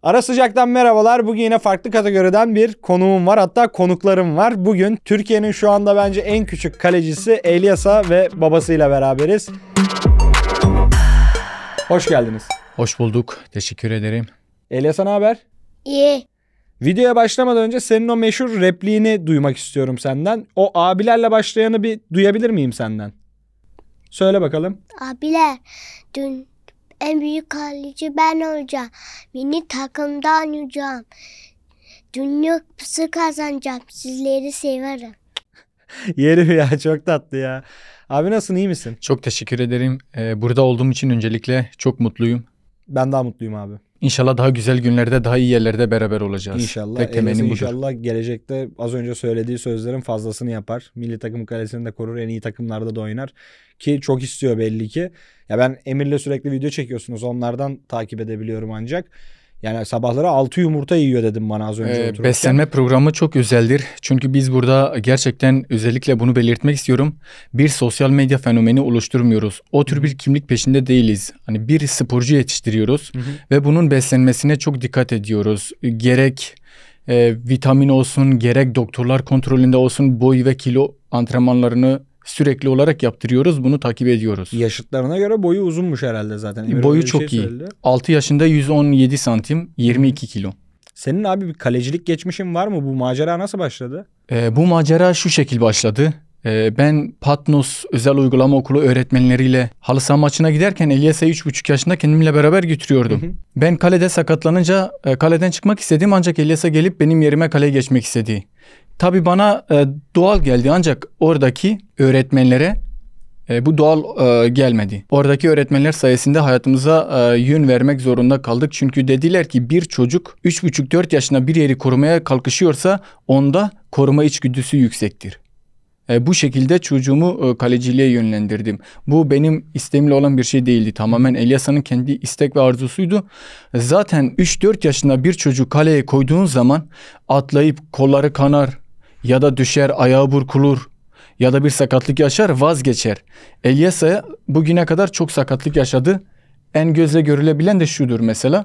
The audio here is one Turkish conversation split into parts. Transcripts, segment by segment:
Ara sıcaktan merhabalar. Bugün yine farklı kategoriden bir konuğum var. Hatta konuklarım var. Bugün Türkiye'nin şu anda bence en küçük kalecisi Elyasa ve babasıyla beraberiz. Hoş geldiniz. Hoş bulduk. Teşekkür ederim. Elyasa ne haber? İyi. Videoya başlamadan önce senin o meşhur repliğini duymak istiyorum senden. O abilerle başlayanı bir duyabilir miyim senden? Söyle bakalım. Abiler, dün en büyük kaleci ben olacağım. Beni takımdan olacağım. Dünya kupası kazanacağım. Sizleri severim. Yerim ya, çok tatlı ya. Abi nasılsın, iyi misin? Çok teşekkür ederim. Burada olduğum için öncelikle çok mutluyum. Ben daha mutluyum abi. İnşallah daha güzel günlerde, daha iyi yerlerde beraber olacağız. İnşallah. Tek temennim budur. İnşallah gelecekte az önce söylediği sözlerin fazlasını yapar. Milli takım kalesini de korur, en iyi takımlarda da oynar. Ki çok istiyor belli ki. Ya ben Emir'le sürekli video çekiyorsunuz. Onlardan takip edebiliyorum ancak. Yani sabahları 6 yumurta yiyor dedim bana az önce otururken. Beslenme programı çok özeldir. Çünkü biz burada gerçekten özellikle bunu belirtmek istiyorum. Bir sosyal medya fenomeni oluşturmuyoruz. O tür bir kimlik peşinde değiliz. Hani bir sporcu yetiştiriyoruz ve bunun beslenmesine çok dikkat ediyoruz. Gerek vitamin olsun, gerek doktorlar kontrolünde olsun, boy ve kilo antrenmanlarını sürekli olarak yaptırıyoruz. Bunu takip ediyoruz. Yaşıtlarına göre boyu uzunmuş herhalde zaten. Emir boyu bir çok iyi. Söyledi. 6 yaşında 117 santim, 22 kilo. Senin abi bir kalecilik geçmişin var mı? Bu macera nasıl başladı? Bu macera şu şekil başladı. Ben Patnos Özel Uygulama Okulu öğretmenleriyle halı saha maçına giderken Elyasa'yı 3,5 yaşında kendimle beraber götürüyordum. Ben kalede sakatlanınca kaleden çıkmak istedim ancak Elyasa gelip benim yerime kaleye geçmek istedi. Tabii bana doğal geldi ancak oradaki öğretmenlere bu doğal gelmedi. Oradaki öğretmenler sayesinde hayatımıza yön vermek zorunda kaldık. Çünkü dediler ki bir çocuk 3,5-4 yaşında bir yeri korumaya kalkışıyorsa onda koruma içgüdüsü yüksektir. Bu şekilde çocuğumu kaleciliğe yönlendirdim. Bu benim isteğimle olan bir şey değildi. Tamamen Elyasa'nın kendi istek ve arzusuydu. Zaten 3-4 yaşında bir çocuğu kaleye koyduğun zaman atlayıp kolları kanar ya da düşer, ayağı burkulur ya da bir sakatlık yaşar, vazgeçer. Elyasa bugüne kadar çok sakatlık yaşadı. En gözle görülebilen de şudur mesela.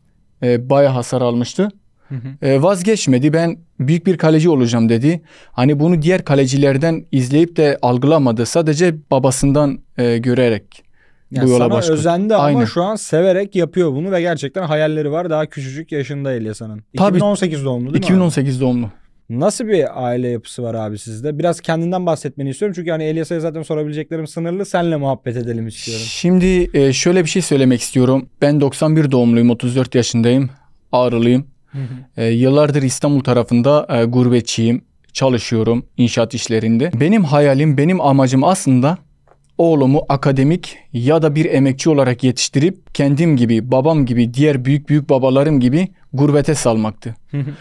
Bayağı hasar almıştı. Vazgeçmedi. Ben büyük bir kaleci olacağım dedi. Hani bunu diğer kalecilerden izleyip de algılamadı. Sadece babasından görerek Yani bu yola sana başladı. özendi ama Aynen. şu an severek yapıyor bunu ve gerçekten hayalleri var. Daha küçücük yaşında Elyasa'nın. Tabii. 2018 doğumlu değil mi? 2018 doğumlu. Nasıl bir aile yapısı var abi sizde? Biraz kendinden bahsetmeni istiyorum. Çünkü hani Elyasa'ya zaten sorabileceklerim sınırlı. Seninle muhabbet edelim istiyorum. Şimdi şöyle bir şey söylemek istiyorum. Ben 91 doğumluyum, 34 yaşındayım. Ağrılıyım. Yıllardır İstanbul tarafında gurbetçiyim. Çalışıyorum inşaat işlerinde. Benim hayalim, benim amacım aslında oğlumu akademik ya da bir emekçi olarak yetiştirip kendim gibi, babam gibi, diğer büyük babalarım gibi gurbete salmaktı.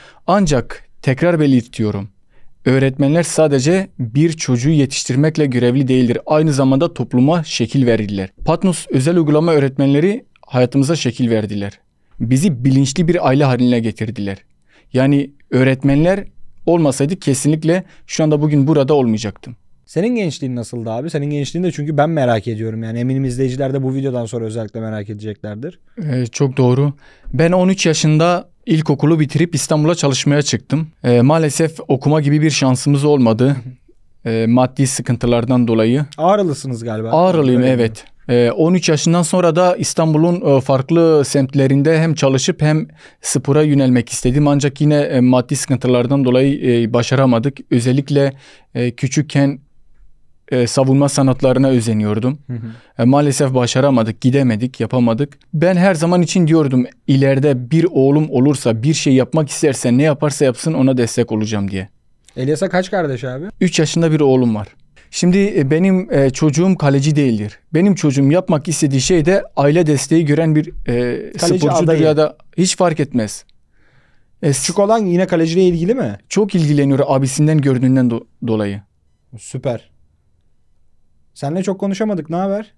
Ancak tekrar belirtiyorum. Öğretmenler sadece bir çocuğu yetiştirmekle görevli değildir. Aynı zamanda topluma şekil verirler. Patnos özel uygulama öğretmenleri hayatımıza şekil verdiler. Bizi bilinçli bir aile haline getirdiler. Yani öğretmenler olmasaydı kesinlikle şu anda bugün burada olmayacaktım. Senin gençliğin nasıldı abi? Senin gençliğin de çünkü ben merak ediyorum. Yani eminim izleyiciler de bu videodan sonra özellikle merak edeceklerdir. Çok doğru. Ben 13 yaşında ilkokulu bitirip İstanbul'a çalışmaya çıktım. Maalesef okuma gibi bir şansımız olmadı. Maddi sıkıntılardan dolayı. Ağrılısınız galiba. Ağrılıyım, Öyle evet. 13 yaşından sonra da İstanbul'un farklı semtlerinde hem çalışıp hem spora yönelmek istedim. Ancak yine maddi sıkıntılardan dolayı başaramadık. Özellikle küçükken savunma sanatlarına özeniyordum. Maalesef başaramadık, gidemedik, yapamadık. Ben her zaman için diyordum ileride bir oğlum olursa, bir şey yapmak isterse ne yaparsa yapsın ona destek olacağım diye. Elyasa kaç kardeş abi? 3 yaşında bir oğlum var. Şimdi benim çocuğum kaleci değildir. Benim çocuğum yapmak istediği şey de aile desteği gören bir sporcudur adayı. ya da hiç fark etmez. Küçük olan yine kaleciyle ilgili mi? Çok ilgileniyor abisinden gördüğünden dolayı. Süper. Seninle çok konuşamadık. Ne haber?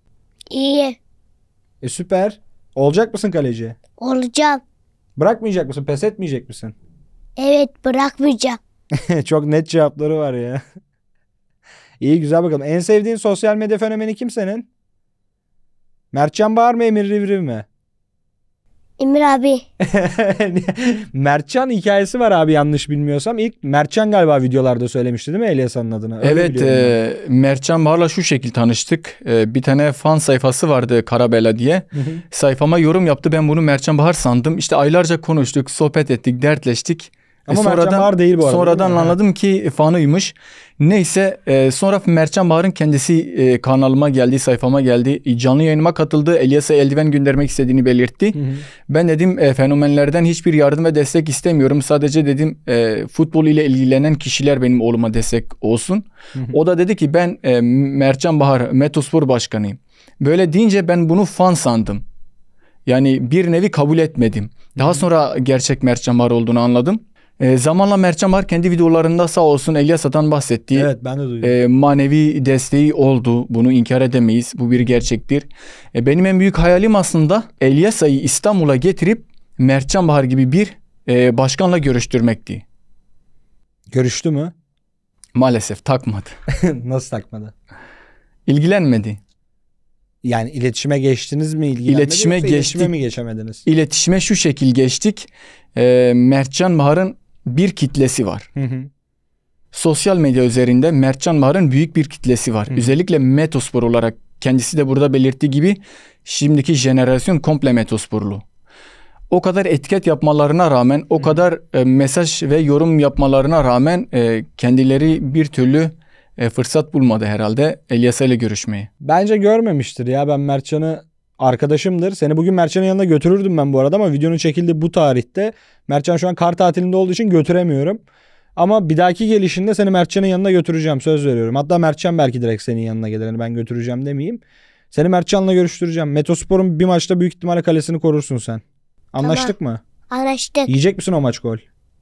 İyi. Süper. Olacak mısın kaleci? Olacağım. Bırakmayacak mısın? Pes etmeyecek misin? Evet, bırakmayacağım. Çok net cevapları var ya. İyi, güzel bakalım. En sevdiğin sosyal medya fenomeni kim senin? Mertcan Bahar mı, Emir Rivriv mi? Emir abi. Mertcan hikayesi var abi yanlış bilmiyorsam. İlk Mertcan galiba videolarda söylemişti değil mi Elyasa'nın adını? Öyle Evet, biliyorum ben. Mertcan Bahar'la şu şekil tanıştık. Bir tane fan sayfası vardı Karabela diye. Sayfama yorum yaptı. Ben bunu Mertcan Bahar sandım. İşte aylarca konuştuk, sohbet ettik, dertleştik. Ama Mertcan Bahar değil bu arada. Sonradan değil mi? anladım ki fanıymış. Neyse sonra Mertcan Bahar'ın kendisi kanalıma geldi, sayfama geldi. Canlı yayınıma katıldı. Elyas'a eldiven göndermek istediğini belirtti. Ben dedim fenomenlerden hiçbir yardım ve destek istemiyorum. Sadece dedim futbol ile ilgilenen kişiler benim oğluma destek olsun. O da dedi ki ben Mertcan Bahar, Metospor Başkanıyım. Böyle deyince ben bunu fan sandım. Yani bir nevi kabul etmedim. Daha sonra gerçek Mertcan Bahar olduğunu anladım. Zamanla Mertcan Bahar kendi videolarında sağ olsun Elyasa'dan bahsetti. Evet ben de duydum. Manevi desteği oldu. Bunu inkar edemeyiz. Bu bir gerçektir. Benim en büyük hayalim aslında Elyasa'yı İstanbul'a getirip Mertcan Bahar gibi bir başkanla görüştürmekti. Görüştü mü? Maalesef takmadı. Nasıl takmadı? İlgilenmedi. Yani iletişime geçtiniz mi? İlgilenmedi İletişime yoksa geçtik. İletişime mi geçemediniz? İletişime şu şekil geçtik. Mertcan Bahar'ın bir kitlesi var. Sosyal medya üzerinde Mertcan Bahar'ın büyük bir kitlesi var. Özellikle Metospor olarak kendisi de burada belirttiği gibi şimdiki jenerasyon komple Metosporlu. O kadar etiket yapmalarına rağmen, o kadar mesaj ve yorum yapmalarına rağmen kendileri bir türlü fırsat bulmadı herhalde Elyasa ile görüşmeye. Bence görmemiştir ya. Ben Mertcan'ı arkadaşımdır. Seni bugün Mertcan'ın yanına götürürdüm ben bu arada ama videonun çekildiği bu tarihte. Mertcan şu an kar tatilinde olduğu için götüremiyorum. Ama bir dahaki gelişinde seni Mertcan'ın yanına götüreceğim. Söz veriyorum. Hatta Mertcan belki direkt senin yanına gelir. Yani ben götüreceğim demeyeyim. Seni Mertcan'la görüştüreceğim. Metospor'un bir maçta büyük ihtimalle kalesini korursun sen. Anlaştık mı? Anlaştık. Yiyecek misin o maç gol?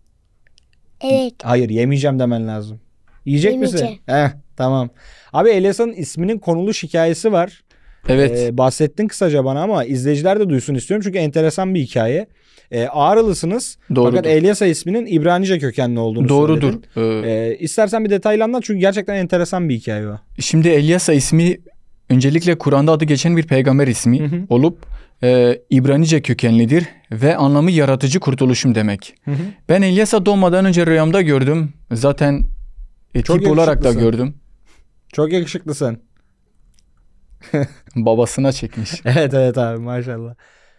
Evet. Hayır yemeyeceğim demen lazım. Yiyecek misin? Yemeyeceğim. Tamam. Abi Elyasa'nın isminin konuluş hikayesi var. Evet. Bahsettin kısaca bana ama izleyiciler de duysun istiyorum. Çünkü enteresan bir hikaye. Ağrılısınız. Doğrudur. Fakat Elyasa isminin İbranice kökenli olduğunu Doğrudur. söyledin. İstersen bir detaylı anlat çünkü gerçekten enteresan bir hikaye o. Şimdi Elyasa ismi öncelikle Kur'an'da adı geçen bir peygamber ismi olup İbranice kökenlidir ve anlamı yaratıcı kurtuluşum demek. Ben Elyasa doğmadan önce rüyamda gördüm. Zaten Çok tip olarak da yakışıklısın. gördüm. Çok yakışıklısın. Babasına çekmiş. Evet abi maşallah.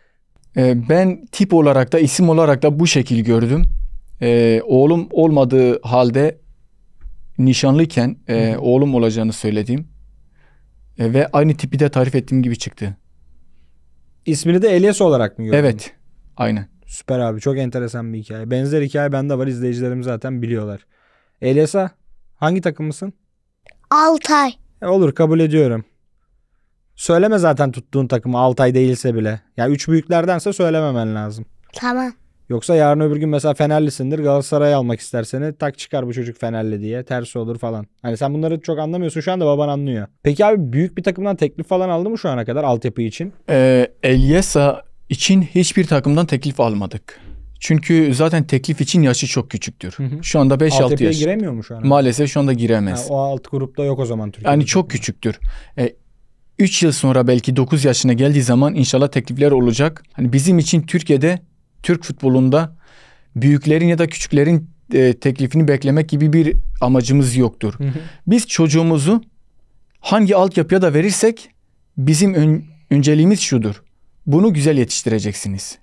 Ben tip olarak da isim olarak da bu şekil gördüm. Oğlum olmadığı halde nişanlıyken oğlum olacağını söyledim. Ve aynı tipi de tarif ettiğim gibi çıktı. İsmini de Elyasa olarak mı gördün? Evet. Aynen. Süper abi çok enteresan bir hikaye. Benzer hikaye bende var izleyicilerim zaten biliyorlar. Elyasa hangi takımlısın? Altay. Olur kabul ediyorum. Söyleme zaten tuttuğun takımı Altay değilse bile. Ya üç büyüklerdense söylememen lazım. Tamam. Yoksa yarın öbür gün mesela Fenerlisindir Galatasaray'ı almak ister seni tak çıkar bu çocuk Fenerli diye tersi olur falan. Hani sen bunları çok anlamıyorsun şu anda baban anlıyor. Peki abi büyük bir takımdan teklif falan aldı mı şu ana kadar altyapı için? Elyasa için hiçbir takımdan teklif almadık. Çünkü zaten teklif için yaşı çok küçüktür. Şu anda 5-6 Altyapıya yaş. giremiyor mu şu an? Maalesef şu anda giremez. O alt grupta yok o zaman Türkiye'de. Yani çok küçüktür. 3 yıl sonra belki 9 yaşına geldiği zaman inşallah teklifler olacak. Hani bizim için Türkiye'de Türk futbolunda büyüklerin ya da küçüklerin teklifini beklemek gibi bir amacımız yoktur. Biz çocuğumuzu hangi altyapıya da verirsek bizim önceliğimiz şudur. Bunu güzel yetiştireceksiniz.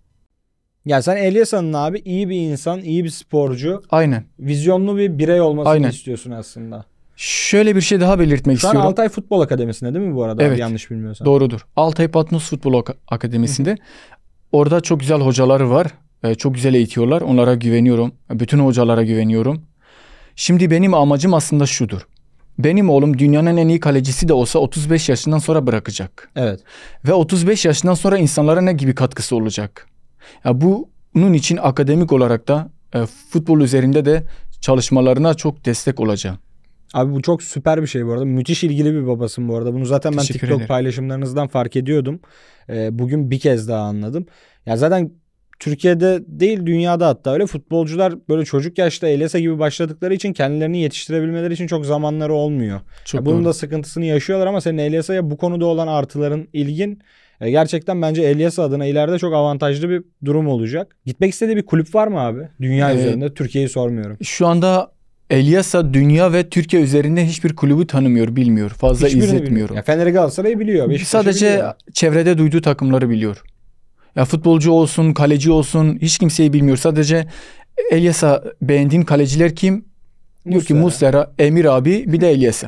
Ya sen Elyasa'nın abi iyi bir insan, iyi bir sporcu, Aynen. vizyonlu bir birey olmasını Aynen. istiyorsun aslında. Şöyle bir şey daha belirtmek Şu an istiyorum. Altay Futbol Akademisi'nde değil mi bu arada? Evet. Abi, yanlış bilmiyorsam. Doğrudur. Altay Patnos Futbol Akademisi'nde. Orada çok güzel hocaları var. Çok güzel eğitiyorlar. Onlara güveniyorum. Bütün hocalara güveniyorum. Şimdi benim amacım aslında şudur. Benim oğlum dünyanın en iyi kalecisi de olsa 35 yaşından sonra bırakacak. Evet. Ve 35 yaşından sonra insanlara ne gibi katkısı olacak? Ya bunun için akademik olarak da futbol üzerinde de çalışmalarına çok destek olacağım. Abi bu çok süper bir şey bu arada. Müthiş ilgili bir babasın bu arada. Bunu zaten ben Teşekkür TikTok ederim. paylaşımlarınızdan fark ediyordum. Bugün bir kez daha anladım. Ya zaten Türkiye'de değil dünyada hatta öyle futbolcular böyle çocuk yaşta Elyasa gibi başladıkları için kendilerini yetiştirebilmeleri için çok zamanları olmuyor. Çok Bunun doğru. da sıkıntısını yaşıyorlar ama senin Elyasa'ya bu konuda olan artıların ilgin Gerçekten bence Elyas adına ileride çok avantajlı bir durum olacak. Gitmek istediği bir kulüp var mı abi? Dünya üzerinde. Türkiye'yi sormuyorum. Şu anda Elyasa dünya ve Türkiye üzerinde hiçbir kulübü tanımıyor, bilmiyor. Fazla Hiçbirini izletmiyorum. bilmiyor. Ya Fener'i Galatasaray'ı biliyor. Beşiktaş'ı Sadece biliyor. çevrede duyduğu takımları biliyor. Ya futbolcu olsun, kaleci olsun hiç kimseyi bilmiyor. Sadece Elyasa beğendiğin kaleciler kim? Diyor ki Muslera, Emir abi, bir de Elyasa.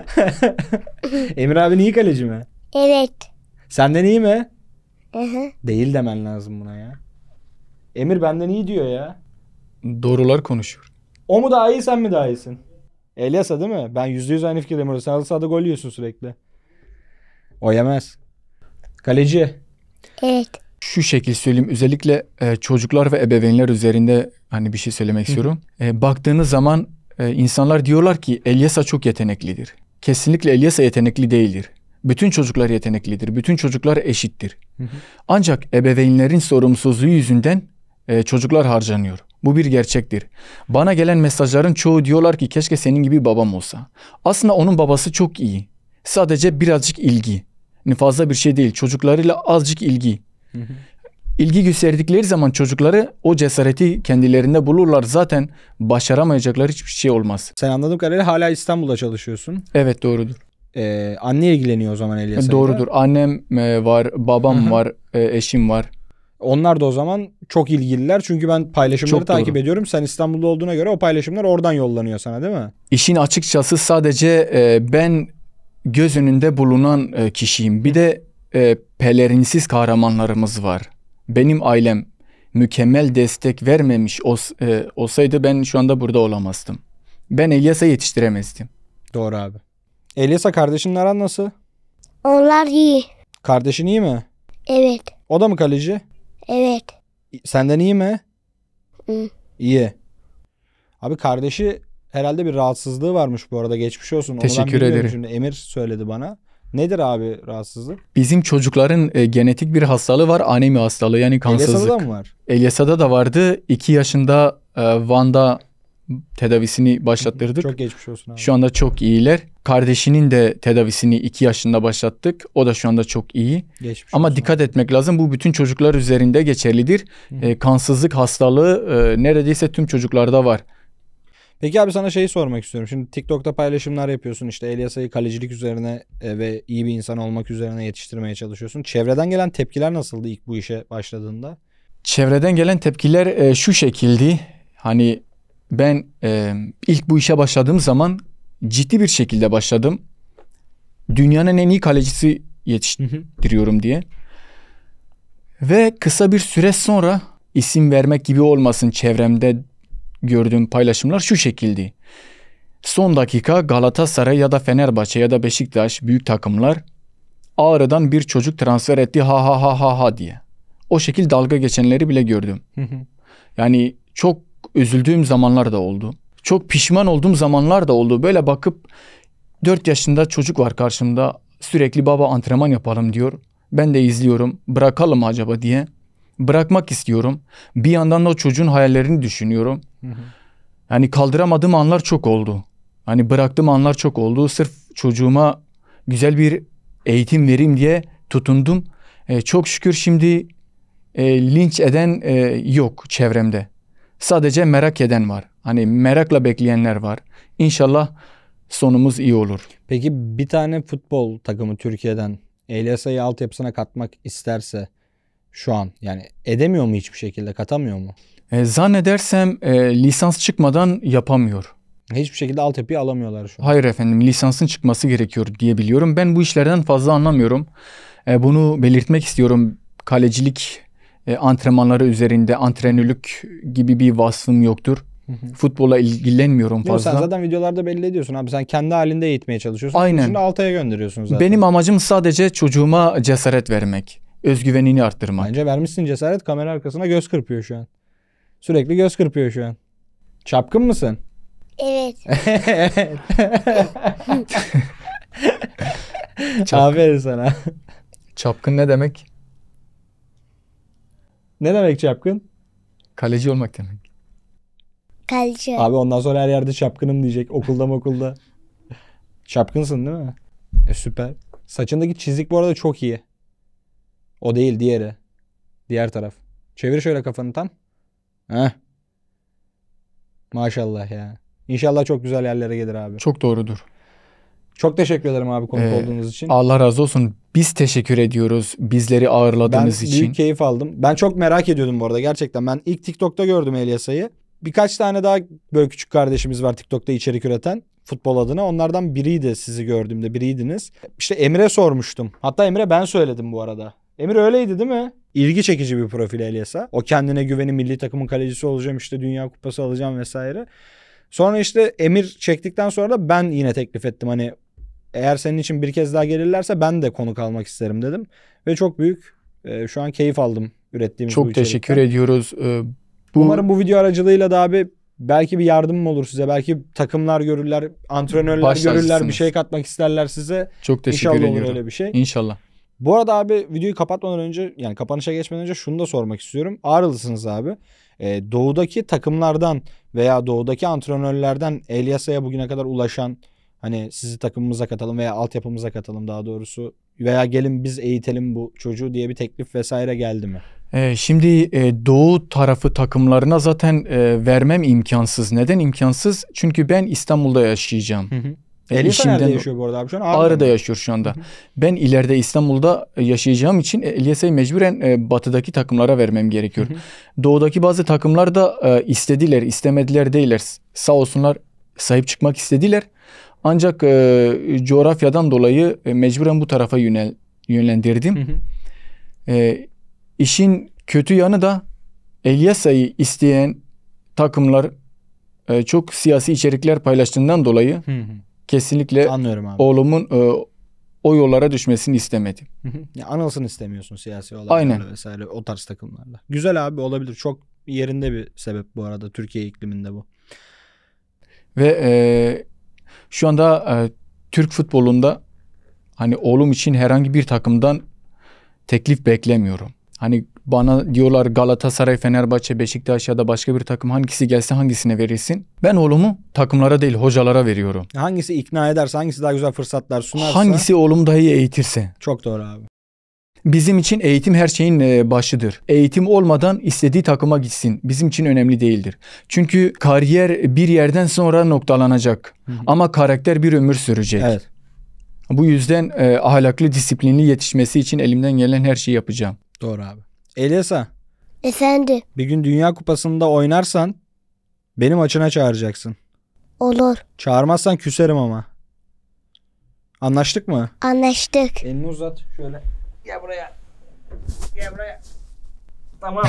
Emir abin iyi kaleci mi? Evet. Senden iyi mi? Hı hı. Değil demen lazım buna ya. Emir benden iyi diyor ya. Doğrular konuşuyor. O mu daha iyi, sen mi daha iyisin? Elyas'a değil mi? Ben %100 aynı fikirdeyim orada. Sen halı sahada gol yiyorsun sürekli. O yemez. Kaleci. Evet. Şu şekil söyleyeyim, özellikle çocuklar ve ebeveynler üzerinde hani bir şey söylemek istiyorum. Baktığınız zaman insanlar diyorlar ki Elyasa çok yeteneklidir. Kesinlikle Elyasa yetenekli değildir. Bütün çocuklar yeteneklidir. Bütün çocuklar eşittir. Ancak ebeveynlerin sorumsuzluğu yüzünden çocuklar harcanıyor. Bu bir gerçektir. Bana gelen mesajların çoğu diyorlar ki keşke senin gibi babam olsa. Aslında onun babası çok iyi. Sadece birazcık ilgi. Fazla bir şey değil. Çocuklarıyla azıcık ilgi. İlgi gösterdikleri zaman çocukları o cesareti kendilerinde bulurlar. Zaten başaramayacaklar hiçbir şey olmaz. Sen anladığım kadarıyla hala İstanbul'da çalışıyorsun. Evet, doğrudur. Anne ilgileniyor o zaman Elyas'la. Doğrudur. Annem var, babam var, eşim var. Onlar da o zaman çok ilgililer. Çünkü ben paylaşımları Çok takip doğru. ediyorum. Sen İstanbul'da olduğuna göre o paylaşımlar oradan yollanıyor sana, değil mi? İşin açıkçası sadece ben göz önünde bulunan kişiyim. Bir de pelerinsiz kahramanlarımız var. Benim ailem mükemmel destek vermemiş olsaydı ben şu anda burada olamazdım. Ben Elyas'ı yetiştiremezdim. Doğru abi. Elyas'a kardeşinle aran nasıl? Onlar iyi. Kardeşin iyi mi? Evet. O da mı kaleci? Evet. Senden iyi mi? Hı. İyi. Abi kardeşi herhalde bir rahatsızlığı varmış bu arada. Geçmiş olsun. Onu ben Teşekkür bilmiyorum. ederim. Şimdi Emir söyledi bana. Nedir abi rahatsızlık? Bizim çocukların genetik bir hastalığı var. Anemi hastalığı, yani Elyas'da kansızlık. da mı var? Elyasa'da da vardı. 2 yaşında Van'da tedavisini başlattırdık. Çok geçmiş olsun abi. Şu anda çok iyiler. Kardeşinin de tedavisini 2 yaşında başlattık. O da şu anda çok iyi. Geçmiş Ama olsun. dikkat etmek lazım. Bu bütün çocuklar üzerinde geçerlidir. Kansızlık hastalığı neredeyse tüm çocuklarda var. Peki abi sana şeyi sormak istiyorum. Şimdi TikTok'ta paylaşımlar yapıyorsun. İşte Elyas'ı kalecilik üzerine ve iyi bir insan olmak üzerine yetiştirmeye çalışıyorsun. Çevreden gelen tepkiler nasıldı ilk bu işe başladığında? Çevreden gelen tepkiler şu şekildi. Hani ben ilk bu işe başladığım zaman ciddi bir şekilde başladım. Dünyanın en iyi kalecisi yetiştiriyorum diye. Ve kısa bir süre sonra, isim vermek gibi olmasın, çevremde gördüğüm paylaşımlar şu şekilde. Son dakika Galatasaray ya da Fenerbahçe ya da Beşiktaş, büyük takımlar Ağrı'dan bir çocuk transfer etti ha ha ha ha ha diye. O şekil dalga geçenleri bile gördüm. Yani çok üzüldüğüm zamanlar da oldu. Çok pişman olduğum zamanlar da oldu. Böyle bakıp 4 yaşında çocuk var karşımda, sürekli baba antrenman yapalım diyor. Ben de izliyorum, bırakalım mı acaba diye. Bırakmak istiyorum. Bir yandan da o çocuğun hayallerini düşünüyorum. Yani kaldıramadığım anlar çok oldu. Hani bıraktığım anlar çok oldu. Sırf çocuğuma güzel bir eğitim vereyim diye tutundum. Çok şükür şimdi linç eden yok çevremde. Sadece merak eden var. Hani merakla bekleyenler var. İnşallah sonumuz iyi olur. Peki bir tane futbol takımı Türkiye'den Elyas'ı altyapısına katmak isterse şu an yani edemiyor mu, hiçbir şekilde katamıyor mu? Zannedersem lisans çıkmadan yapamıyor. Hiçbir şekilde altyapıyı alamıyorlar şu an. Hayır efendim, lisansın çıkması gerekiyor diye biliyorum. Ben bu işlerden fazla anlamıyorum. Bunu belirtmek istiyorum. Kalecilik antrenmanları üzerinde antrenörlük gibi bir vasfım yoktur. Futbola ilgilenmiyorum fazla. Sen zaten videolarda belli ediyorsun abi. Sen kendi halinde eğitmeye çalışıyorsun. Aynen. Şimdi Altay'a gönderiyorsun zaten. Benim amacım sadece çocuğuma cesaret vermek. Özgüvenini arttırmak. Bence vermişsin cesaret. Kamera arkasına göz kırpıyor şu an. Sürekli göz kırpıyor şu an. Çapkın mısın? Evet. Aferin sana. Çapkın ne demek? Ne demek çapkın? Kaleci olmak demek. Kaleci. Abi ondan sonra her yerde çapkınım diyecek. Okulda. Çapkınsın değil mi? Süper. Saçındaki çizik bu arada çok iyi. O değil, diğeri. Diğer taraf. Çevir şöyle kafanı tam. Heh. Maşallah ya. İnşallah çok güzel yerlere gelir abi. Çok doğrudur. Çok teşekkür ederim abi konuk olduğunuz için. Allah razı olsun. Biz teşekkür ediyoruz bizleri ağırladığınız Ben için. büyük keyif aldım. Ben çok merak ediyordum bu arada gerçekten. Ben ilk TikTok'ta gördüm Elyasa'yı. Birkaç tane daha böyle küçük kardeşimiz var TikTok'ta içerik üreten futbol adına. Onlardan biriydi sizi gördüğümde, biriydiniz. İşte Emre sormuştum. Hatta Emre ben söyledim bu arada. Emre öyleydi değil mi? İlgi çekici bir profil Elyasa. O kendine güveni, milli takımın kalecisi olacağım, işte Dünya Kupası alacağım vesaire. Sonra işte Emir çektikten sonra da ben yine teklif ettim. Hani eğer senin için bir kez daha gelirlerse ben de konuk almak isterim dedim. Ve çok büyük şu an keyif aldım ürettiğimiz bu Çok içerikten. teşekkür ediyoruz. Umarım bu video aracılığıyla da abi belki bir yardımım olur size. Belki takımlar görürler, antrenörler Baş görürler, bir tacısınız. şey katmak isterler size. Çok teşekkür İnşallah olur ediyorum. öyle bir şey. İnşallah. Bu arada abi videoyu kapatmadan önce, yani kapanışa geçmeden önce şunu da sormak istiyorum. Ağrılısınız abi. Doğudaki takımlardan veya doğudaki antrenörlerden Elyasa'ya bugüne kadar ulaşan, hani sizi takımımıza katalım veya altyapımıza katalım daha doğrusu, veya gelin biz eğitelim bu çocuğu diye bir teklif vesaire geldi mi? Şimdi doğu tarafı takımlarına zaten vermem imkansız. Neden imkansız? Çünkü ben İstanbul'da yaşayacağım. Elyasa nerede İşimden- yaşıyor bu arada abi şu an? Ağrı'da mı? yaşıyor şu anda. Ben ileride İstanbul'da yaşayacağım için Elyasa'yı mecburen batıdaki takımlara vermem gerekiyor. Doğudaki bazı takımlar da istediler, istemediler değiller. Sağ olsunlar, sahip çıkmak istediler. Ancak coğrafyadan dolayı mecburen bu tarafa yönlendirdim. İşin kötü yanı da Elyasa'yı isteyen takımlar çok siyasi içerikler paylaştığından dolayı kesinlikle Anlıyorum abi. oğlumun o yollara düşmesini istemedim. Ya anılsın istemiyorsun siyasi olaylarla Aynen. vesaire o tarz takımlarla. Güzel abi, olabilir. Çok yerinde bir sebep bu arada Türkiye ikliminde bu. Ve şu anda Türk futbolunda hani oğlum için herhangi bir takımdan teklif beklemiyorum. Hani bana diyorlar Galatasaray, Fenerbahçe, Beşiktaş ya da başka bir takım hangisi gelse hangisine verirsin? Ben oğlumu takımlara değil hocalara veriyorum. Hangisi ikna ederse, hangisi daha güzel fırsatlar sunarsa. Hangisi oğlum daha iyi eğitirse. Çok doğru abi. Bizim için eğitim her şeyin başıdır. Eğitim olmadan istediği takıma gitsin. Bizim için önemli değildir. Çünkü kariyer bir yerden sonra noktalanacak. Ama karakter bir ömür sürecek. Evet. Bu yüzden ahlaklı, disiplinli yetişmesi için elimden gelen her şeyi yapacağım. Doğru abi. Elyasa, Efendim. bir gün Dünya Kupası'nda oynarsan beni maçına çağıracaksın. Olur. Çağırmazsan küserim ama. Anlaştık mı? Anlaştık. Elini uzat şöyle. Gel buraya. Gel buraya. Tamam.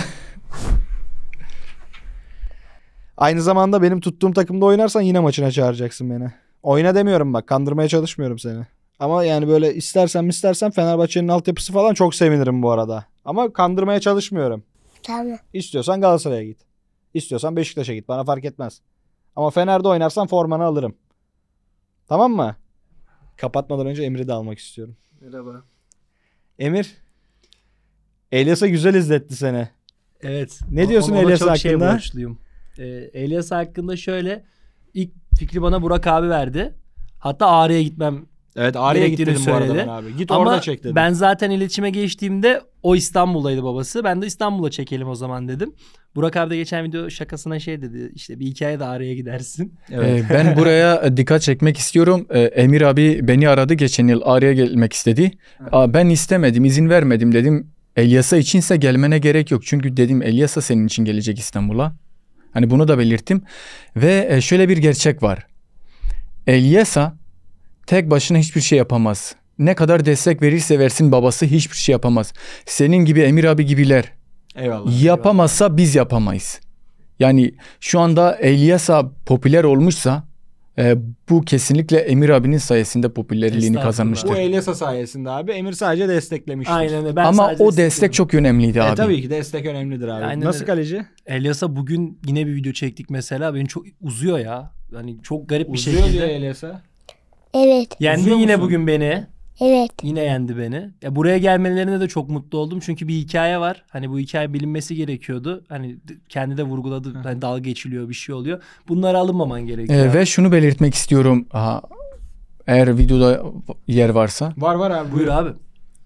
Aynı zamanda benim tuttuğum takımda oynarsan yine maçına çağıracaksın beni. Oyna demiyorum bak, kandırmaya çalışmıyorum seni. Ama yani böyle istersen Fenerbahçe'nin altyapısı falan çok sevinirim bu arada. Ama kandırmaya çalışmıyorum. Tamam. İstiyorsan Galatasaray'a git. İstiyorsan Beşiktaş'a git, bana fark etmez. Ama Fener'de oynarsan formanı alırım. Tamam mı? Kapatmadan önce Emir'i de almak istiyorum. Merhaba. Emir. Elyas'a güzel izletti seni. Evet. Ne diyorsun Ona Elyas çok şey hakkında? borçluyum. Elyas hakkında şöyle, ilk fikri bana Burak abi verdi. Hatta Ağrı'ya gitmem Evet, Ağrı'ya git gerektiğini dedim bu arada söyledi. ben abi. Git Ama orada çek dedim. ben zaten iletişime geçtiğimde o İstanbul'daydı babası. Ben de İstanbul'a çekelim o zaman dedim. Burak abi de geçen video şakasına şey dedi, işte bir hikaye de Ağrı'ya gidersin. Evet. Ben buraya dikkat çekmek istiyorum. Emir abi beni aradı geçen yıl, Ağrı'ya gelmek istedi. Ben istemedim, izin vermedim, dedim. Elyasa içinse gelmene gerek yok. Çünkü dedim Elyasa senin için gelecek İstanbul'a. Hani bunu da belirttim. Ve şöyle bir gerçek var. Elyasa tek başına hiçbir şey yapamaz. Ne kadar destek verirse versin babası hiçbir şey yapamaz. Senin gibi Emir abi gibiler Eyvallah. yapamazsa biz yapamayız. Yani şu anda Elyasa popüler olmuşsa bu kesinlikle Emir abinin sayesinde popülerliğini Estağfurullah. kazanmıştır. Bu Elyas'a sayesinde abi. Emir sadece desteklemiştir. Aynen öyle. Ben Ama sadece o destek destekliyorum. çok önemliydi abi. Tabii ki destek önemlidir abi. Aynen Nasıl öyle. kaleci? Elyas'a bugün yine bir video çektik mesela. Beni çok uzuyor ya. Yani çok garip bir Uzuyor diyor şekilde. Elyas'a. Evet. Yendi Uzuyor yine musun? bugün beni. Evet. Yine yendi beni. Ya buraya gelmelerine de çok mutlu oldum. Çünkü bir hikaye var. Hani bu hikaye bilinmesi gerekiyordu. Hani kendi de vurguladı. Hani dalga geçiliyor, bir şey oluyor. Bunlara alınmaman gerekiyor. Ve şunu belirtmek istiyorum. Eğer videoda yer varsa. Var abi. Buyur abi.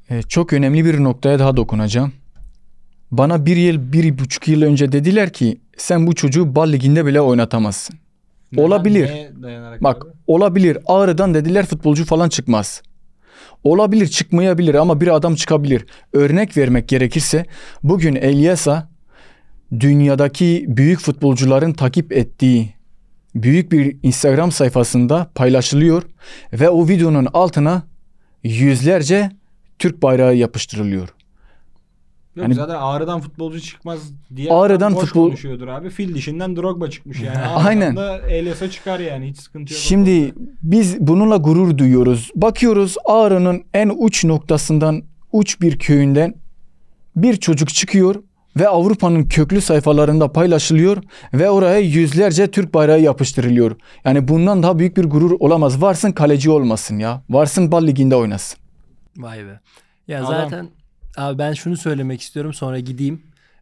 Çok önemli bir noktaya daha dokunacağım. Bana 1,5 yıl önce dediler ki sen bu çocuğu bal liginde bile oynatamazsın. Olabilir. Neye dayanarak Bak abi? olabilir. Ağrı'dan dediler futbolcu falan çıkmaz. Olabilir, çıkmayabilir ama bir adam çıkabilir. Örnek vermek gerekirse bugün Elyesa dünyadaki büyük futbolcuların takip ettiği büyük bir Instagram sayfasında paylaşılıyor ve o videonun altına yüzlerce Türk bayrağı yapıştırılıyor. Yok, Yani- zaten Ağrı'dan futbolcu çıkmaz diye Ağrı'dan boş futbol- konuşuyordur abi. Fil dişinden Drogba çıkmış yani. Aynen. Ağrı'dan da Elyas'a çıkar yani. Hiç sıkıntı yok. Şimdi biz bununla gurur duyuyoruz. Bakıyoruz Ağrı'nın en uç noktasından, uç bir köyünden bir çocuk çıkıyor ve Avrupa'nın köklü sayfalarında paylaşılıyor ve oraya yüzlerce Türk bayrağı yapıştırılıyor. Yani bundan daha büyük bir gurur olamaz. Varsın kaleci olmasın ya. Varsın bal liginde oynasın. Vay be. Ya Adam. zaten abi ben şunu söylemek istiyorum sonra gideyim.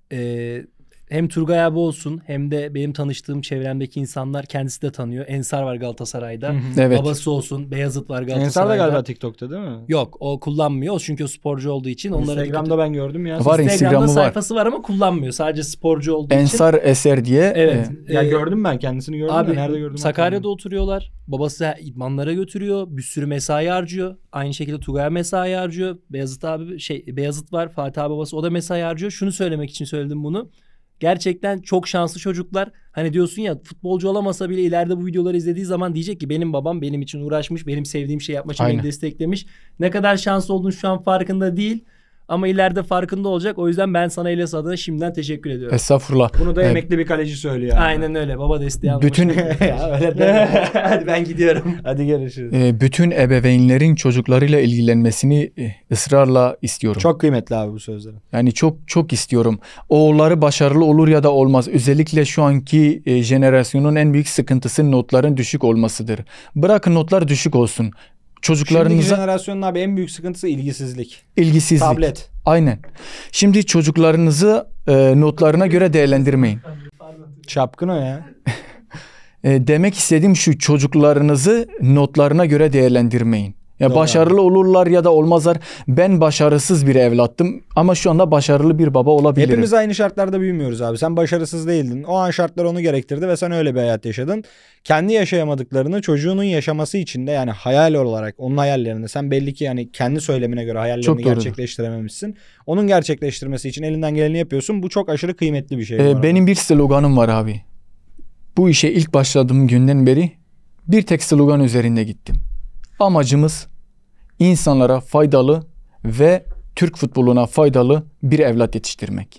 Hem Turgay abi olsun hem de benim tanıştığım çevremdeki insanlar kendisi de tanıyor. Ensar var Galatasaray'da. Hı hı. Evet. Babası olsun Beyazıt var Ensar da Galatasaray'da. galiba TikTok'ta değil mi? Yok o kullanmıyor. O çünkü o sporcu olduğu için. Instagram'da ben gördüm ya. Var, Instagram'ı var. sayfası var ama kullanmıyor. Sadece sporcu olduğu için. Ensar Eser diye. Evet. Ya gördüm ben kendisini gördüm Abi de nerede gördüm? Sakarya'da oturuyorlar. Babası idmanlara götürüyor. Bir sürü mesai harcıyor. Aynı şekilde Tugay'a mesai harcıyor. Beyazıt var. Fatih abi babası o da mesai harcıyor. Şunu söylemek için söyledim bunu. Gerçekten çok şanslı çocuklar. Hani diyorsun ya futbolcu olamasa bile ileride bu videoları izlediği zaman diyecek ki benim babam benim için uğraşmış. Benim sevdiğim şey yapmak için beni Aynen. desteklemiş. Ne kadar şanslı olduğunu şu an farkında değil. Ama ileride farkında olacak. O yüzden ben sana Eles adına şimdiden teşekkür ediyorum. Estağfurullah. Bunu da Evet. emekli bir kaleci söylüyor. abi. Aynen öyle. Baba desteği almış. Bütün Ya öyle deme. Hadi ben gidiyorum. Hadi görüşürüz. bütün ebeveynlerin çocuklarıyla ilgilenmesini ısrarla istiyorum. Çok kıymetli abi bu sözlerin. Yani çok çok istiyorum. Oğulları başarılı olur ya da olmaz. Özellikle şu anki jenerasyonun en büyük sıkıntısı notların düşük olmasıdır. Bırakın notlar düşük olsun. Şimdiki Çocuklarınıza jenerasyonun abi en büyük sıkıntısı ilgisizlik. ilgisizlik. Tablet. Aynen. Şimdi çocuklarınızı notlarına göre değerlendirmeyin. Çapkın o ya. Demek istediğim şu, çocuklarınızı notlarına göre değerlendirmeyin. Ya Doğru başarılı olurlar ya da olmazlar. Ben başarısız bir evlattım ama şu anda başarılı bir baba olabilirim. Hepimiz aynı şartlarda büyümüyoruz abi. Sen başarısız değildin. O an şartlar onu gerektirdi ve sen öyle bir hayat yaşadın. Kendi yaşayamadıklarını çocuğunun yaşaması için de yani hayal olarak onun hayallerini sen belli ki yani kendi söylemine göre Çok hayallerini doğrudur. gerçekleştirememişsin. Onun gerçekleştirmesi için elinden geleni yapıyorsun. Bu çok aşırı kıymetli bir şey. bu arada. Benim bir sloganım var abi. Bu işe ilk başladığım günden beri bir tek slogan üzerinde gittim. Amacımız insanlara faydalı ve Türk futboluna faydalı bir evlat yetiştirmek.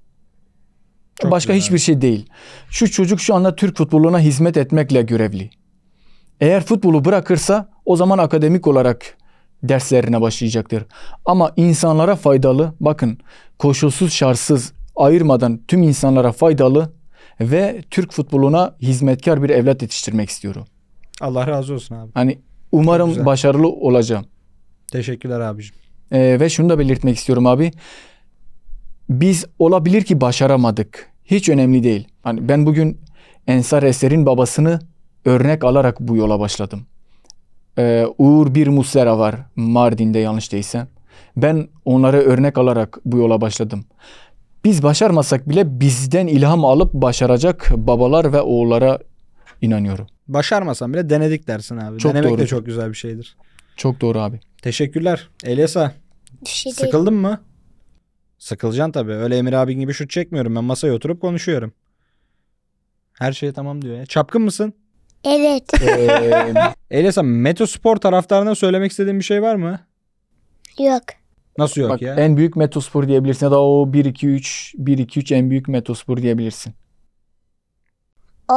Çok Başka güzel. hiçbir şey değil. Şu çocuk şu anda Türk futboluna hizmet etmekle görevli. Eğer futbolu bırakırsa o zaman akademik olarak derslerine başlayacaktır. Ama insanlara faydalı, bakın koşulsuz şartsız ayırmadan tüm insanlara faydalı ve Türk futboluna hizmetkar bir evlat yetiştirmek istiyorum. Allah razı olsun abi. Hani Çok umarım güzel. başarılı olacağım. Teşekkürler abicim. Ve şunu da belirtmek istiyorum abi. Biz olabilir ki başaramadık. Hiç önemli değil. Hani ben bugün Ensar Eser'in babasını örnek alarak bu yola başladım. Uğur Bir Muslera var Mardin'de yanlış değilsem. Ben onları örnek alarak bu yola başladım. Biz başarmasak bile bizden ilham alıp başaracak babalar ve oğullara inanıyorum. Başarmasan bile denedik dersin abi. Çok Denemek de doğru. çok güzel bir şeydir. Çok doğru abi. Teşekkürler. Elyesa, Bir şey değil. sıkıldın mı? Sıkılacaksın tabii. Öyle Emir abin gibi şut çekmiyorum. Ben masaya oturup konuşuyorum. Her şey tamam diyor ya. Çapkın mısın? Evet. Elyesa, Metospor taraftarına söylemek istediğin bir şey var mı? Yok. Nasıl yok Bak, ya? en büyük Metospor diyebilirsin ya da o 1-2-3 en büyük Metospor diyebilirsin. O.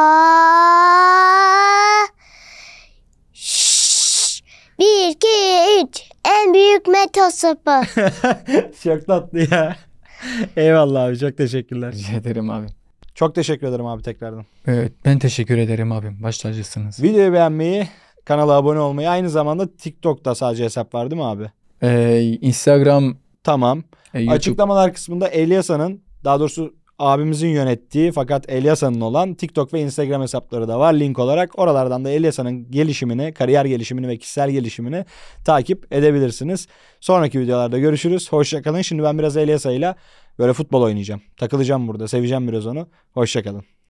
Şşş. 1, 2, 3. En büyük Metospor. Çok tatlı ya. Eyvallah abi. Çok teşekkürler. Rica ederim abi. Çok teşekkür ederim abi tekrardan. Evet, ben teşekkür ederim abim. Baş tacısınız. Videoyu beğenmeyi, kanala abone olmayı, aynı zamanda TikTok'ta sadece hesap var değil mi abi? Instagram, Tamam. YouTube. Açıklamalar kısmında Elyasa'nın, daha doğrusu abimizin yönettiği fakat Elyasa'nın olan TikTok ve Instagram hesapları da var link olarak. Oralardan da Elyasa'nın gelişimini, kariyer gelişimini ve kişisel gelişimini takip edebilirsiniz. Sonraki videolarda görüşürüz. Hoşçakalın. Şimdi ben biraz Elyasa ile böyle futbol oynayacağım. Takılacağım burada. Seveceğim biraz onu. Hoşçakalın.